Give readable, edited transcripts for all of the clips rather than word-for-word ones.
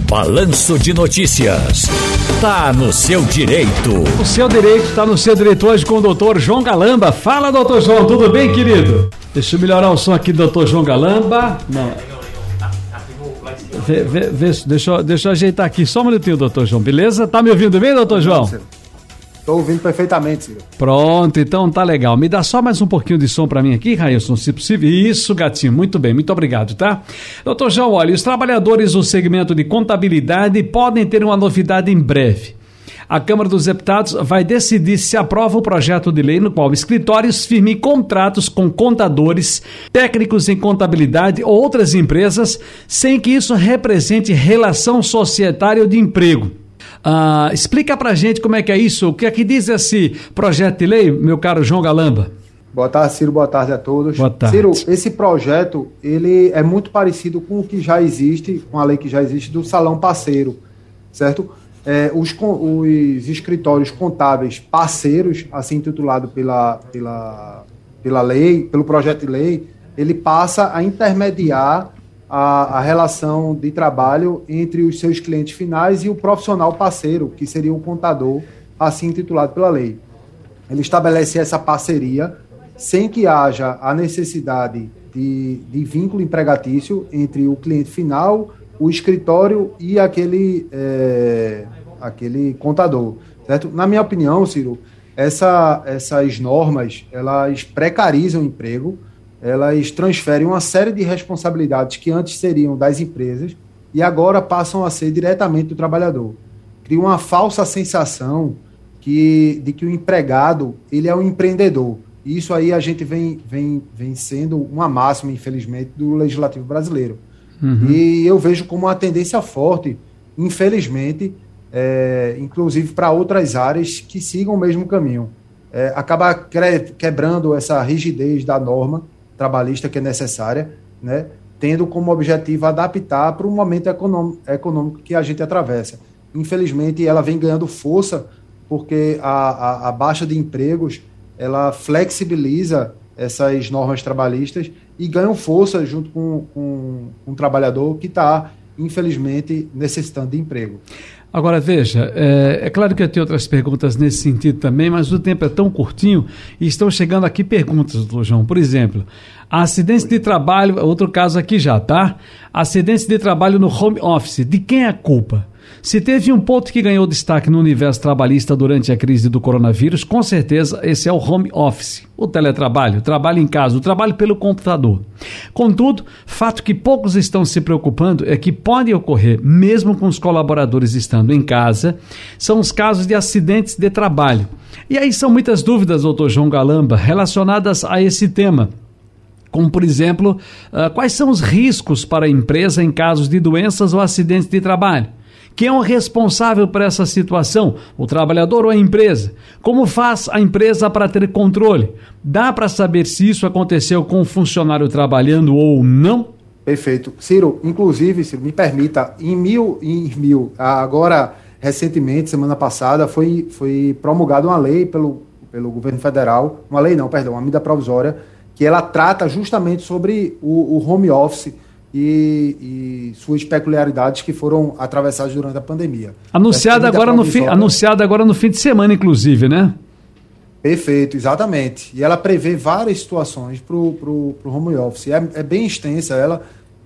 Balanço de Notícias. Tá no seu direito. O seu direito tá no seu direito hoje com o doutor João Galamba. Fala, doutor João, tudo bem, querido? Deixa eu melhorar o som aqui do doutor João Galamba. Não. Deixa eu ajeitar aqui só um minutinho, doutor João, beleza? Tá me ouvindo bem, doutor João? Estou ouvindo perfeitamente, Ciro. Pronto, então tá legal. Me dá só mais um pouquinho de som pra mim aqui, Railson, se possível. Isso, gatinho, muito bem, muito obrigado, tá? Doutor João, olha, os trabalhadores do segmento de contabilidade podem ter uma novidade em breve. A Câmara dos Deputados vai decidir se aprova o projeto de lei no qual escritórios firmem contratos com contadores, técnicos em contabilidade ou outras empresas, sem que isso represente relação societária ou de emprego. Explica pra gente como é que é isso, o que é que diz esse projeto de lei, meu caro João Galamba? Boa tarde, Ciro, boa tarde a todos. Boa tarde. Ciro, esse projeto, ele é muito parecido com o que já existe, com a lei que já existe do salão parceiro, certo? Os escritórios contábeis parceiros, assim intitulado pela lei, pelo projeto de lei, ele passa a intermediar a relação de trabalho entre os seus clientes finais e o profissional parceiro, que seria o contador, assim intitulado pela lei. Ele estabelece essa parceria sem que haja a necessidade de vínculo empregatício entre o cliente final, o escritório e aquele contador, certo? Na minha opinião, Ciro, essas normas, elas precarizam o emprego, elas transferem uma série de responsabilidades que antes seriam das empresas e agora passam a ser diretamente do trabalhador. Cria uma falsa sensação de que o empregado ele é um empreendedor. E isso aí a gente vem sendo uma máxima, infelizmente, do legislativo brasileiro. Uhum. E eu vejo como uma tendência forte, infelizmente, inclusive para outras áreas que sigam o mesmo caminho. Acaba quebrando essa rigidez da norma trabalhista que é necessária, né, tendo como objetivo adaptar para o momento econômico que a gente atravessa. Infelizmente, ela vem ganhando força porque a baixa de empregos ela flexibiliza essas normas trabalhistas e ganham força junto com um trabalhador que está, infelizmente, necessitando de emprego. Agora, veja, é claro que eu tenho outras perguntas nesse sentido também, mas o tempo é tão curtinho e estão chegando aqui perguntas, doutor João. Por exemplo, acidentes de trabalho, outro caso aqui já, tá? Acidentes de trabalho no home office, de quem é a culpa? Se teve um ponto que ganhou destaque no universo trabalhista durante a crise do coronavírus, com certeza esse é o home office, o teletrabalho, o trabalho em casa, o trabalho pelo computador. Contudo, fato que poucos estão se preocupando é que pode ocorrer, mesmo com os colaboradores estando em casa, são os casos de acidentes de trabalho. E aí são muitas dúvidas, doutor João Galamba, relacionadas a esse tema. Como, por exemplo, quais são os riscos para a empresa em casos de doenças ou acidentes de trabalho? Quem é o responsável por essa situação? O trabalhador ou a empresa? Como faz a empresa para ter controle? Dá para saber se isso aconteceu com o funcionário trabalhando ou não? Perfeito. Ciro, inclusive, Ciro, me permita, agora, recentemente, semana passada, foi promulgada uma lei pelo governo federal, uma medida provisória, que ela trata justamente sobre o home office e suas peculiaridades que foram atravessadas durante a pandemia. Anunciada agora no fim de semana, inclusive, né? Perfeito, exatamente. E ela prevê várias situações para o home office. É bem extensa ela,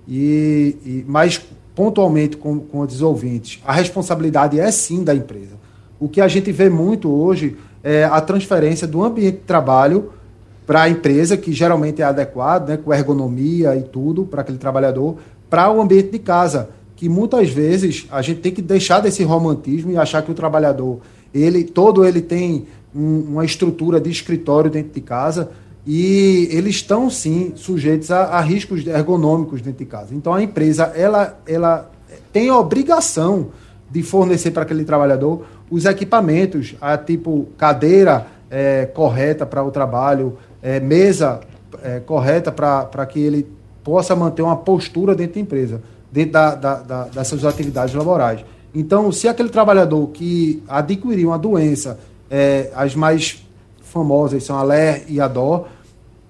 mas pontualmente com os ouvintes, a responsabilidade é sim da empresa. O que a gente vê muito hoje é a transferência do ambiente de trabalho para a empresa, que geralmente é adequado, né, com ergonomia e tudo, para aquele trabalhador, para o ambiente de casa, que muitas vezes a gente tem que deixar desse romantismo e achar que o trabalhador, ele tem uma estrutura de escritório dentro de casa e eles estão, sim, sujeitos a riscos ergonômicos dentro de casa. Então, a empresa, ela tem a obrigação de fornecer para aquele trabalhador os equipamentos, tipo cadeira correta para o trabalho, mesa correta para que ele possa manter uma postura dentro da empresa, dentro dessas atividades laborais. Então, se aquele trabalhador que adquiriu uma doença, as mais famosas são a LER e a DOR,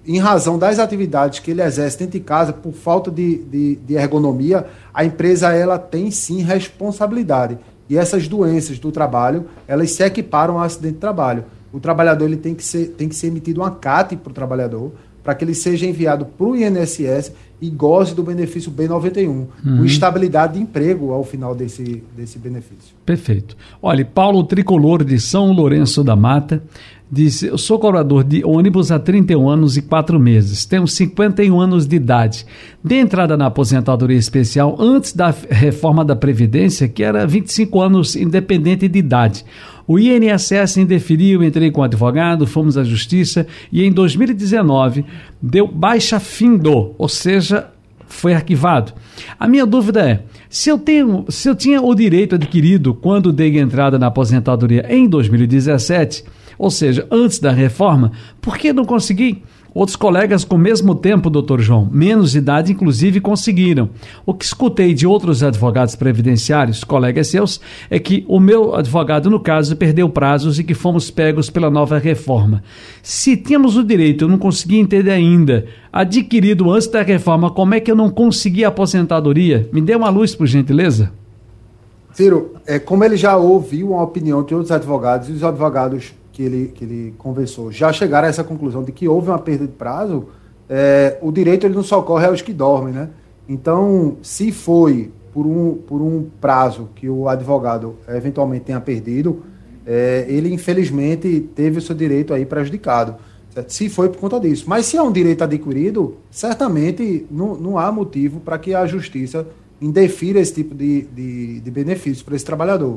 em razão das atividades que ele exerce dentro de casa, por falta de ergonomia, a empresa ela tem sim responsabilidade. E essas doenças do trabalho, elas se equiparam a acidente de trabalho. O trabalhador ele tem que ser emitido uma CAT para o trabalhador, para que ele seja enviado para o INSS e goze do benefício B91, com estabilidade de emprego ao final desse benefício. Perfeito. Olha, Paulo Tricolor de São Lourenço da Mata disse: eu sou cobrador de ônibus há 31 anos e 4 meses, tenho 51 anos de idade. Dei entrada na aposentadoria especial antes da reforma da Previdência, que era 25 anos independente de idade. O INSS indeferiu, entrei com o advogado, fomos à justiça e em 2019 deu baixa findo, ou seja, foi arquivado. A minha dúvida é, se eu tinha o direito adquirido quando dei entrada na aposentadoria em 2017, ou seja, antes da reforma, por que não consegui? Outros colegas com o mesmo tempo, doutor João, menos idade, inclusive, conseguiram. O que escutei de outros advogados previdenciários, colegas seus, é que o meu advogado, no caso, perdeu prazos e que fomos pegos pela nova reforma. Se tínhamos o direito, eu não consegui entender ainda, adquirido antes da reforma, como é que eu não consegui a aposentadoria? Me dê uma luz, por gentileza. Ciro, como ele já ouviu uma opinião de outros advogados, e os advogados que ele conversou já chegaram a essa conclusão de que houve uma perda de prazo, o direito ele não socorre aos que dormem, né? Então, se foi por um prazo que o advogado eventualmente tenha perdido, ele infelizmente teve o seu direito aí prejudicado, certo? Se foi por conta disso. Mas se é um direito adquirido, certamente não há motivo para que a justiça indefira esse tipo de benefício para esse trabalhador.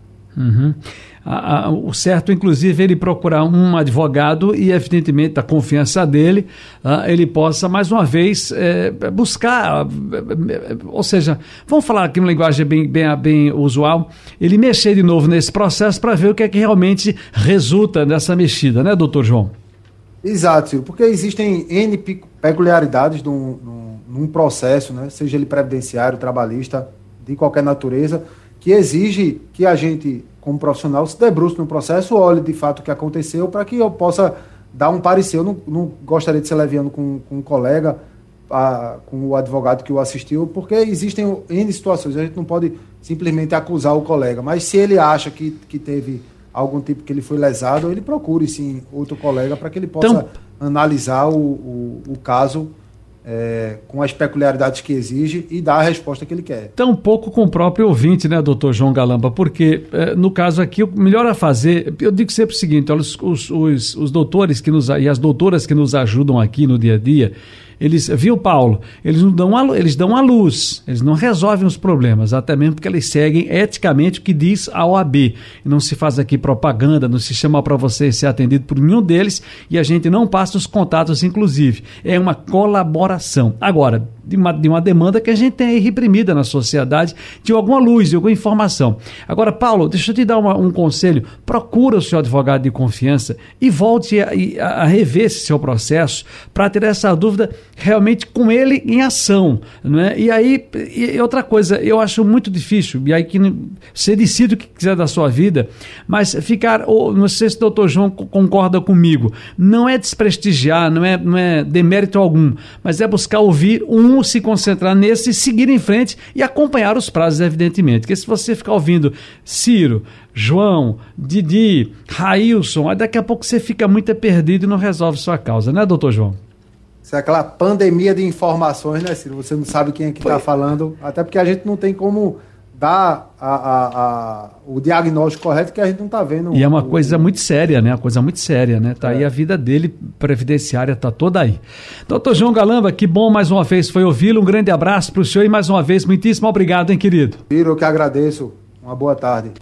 O certo, inclusive, é ele procurar um advogado e, evidentemente, a confiança dele, ele possa, mais uma vez, buscar, ou seja, vamos falar aqui uma linguagem bem usual, ele mexer de novo nesse processo para ver o que é que realmente resulta dessa mexida, né, doutor João? Exato, Ciro, porque existem N peculiaridades num processo, né, seja ele previdenciário, trabalhista, de qualquer natureza, que exige que a gente, como profissional, se debruce no processo, olhe de fato o que aconteceu para que eu possa dar um parecer. Eu não gostaria de ser leviano com um colega, com o advogado que o assistiu, porque existem N situações, a gente não pode simplesmente acusar o colega, mas se ele acha que teve algum tipo que ele foi lesado, ele procure sim outro colega para que ele possa analisar o caso com as peculiaridades que exige e dar a resposta que ele quer. Tão pouco com o próprio ouvinte, né, doutor João Galamba? Porque, no caso aqui, o melhor a fazer, eu digo sempre o seguinte, olha, os doutores e as doutoras que nos ajudam aqui no dia a dia, viu, Paulo, eles dão a luz, eles não resolvem os problemas, até mesmo porque eles seguem eticamente o que diz a OAB. E não se faz aqui propaganda, não se chama para você ser atendido por nenhum deles e a gente não passa os contatos, inclusive. É uma colaboração. Agora, de uma demanda que a gente tem aí reprimida na sociedade, de alguma luz, de alguma informação. Agora, Paulo, deixa eu te dar um conselho. Procura o seu advogado de confiança e volte a rever esse seu processo para ter essa dúvida realmente com ele em ação, né? E aí, outra coisa, eu acho muito difícil, e aí que você decide o que quiser da sua vida, mas não sei se o doutor João concorda comigo, não é desprestigiar, não é demérito algum, mas é buscar ouvir se concentrar nesse, seguir em frente e acompanhar os prazos, evidentemente, porque se você ficar ouvindo Ciro, João, Didi, Railson, aí daqui a pouco você fica muito perdido e não resolve sua causa, né, doutor João? Isso é aquela pandemia de informações, né, Ciro? Você não sabe quem é que está falando, até porque a gente não tem como dar o diagnóstico correto, que a gente não está vendo. E é uma coisa muito séria, né? Uma coisa muito séria, né? Tá aí a vida dele, previdenciária, tá toda aí. Doutor João Galamba, que bom mais uma vez foi ouvi-lo. Um grande abraço para o senhor e mais uma vez, muitíssimo obrigado, hein, querido? Ciro, eu que agradeço. Uma boa tarde.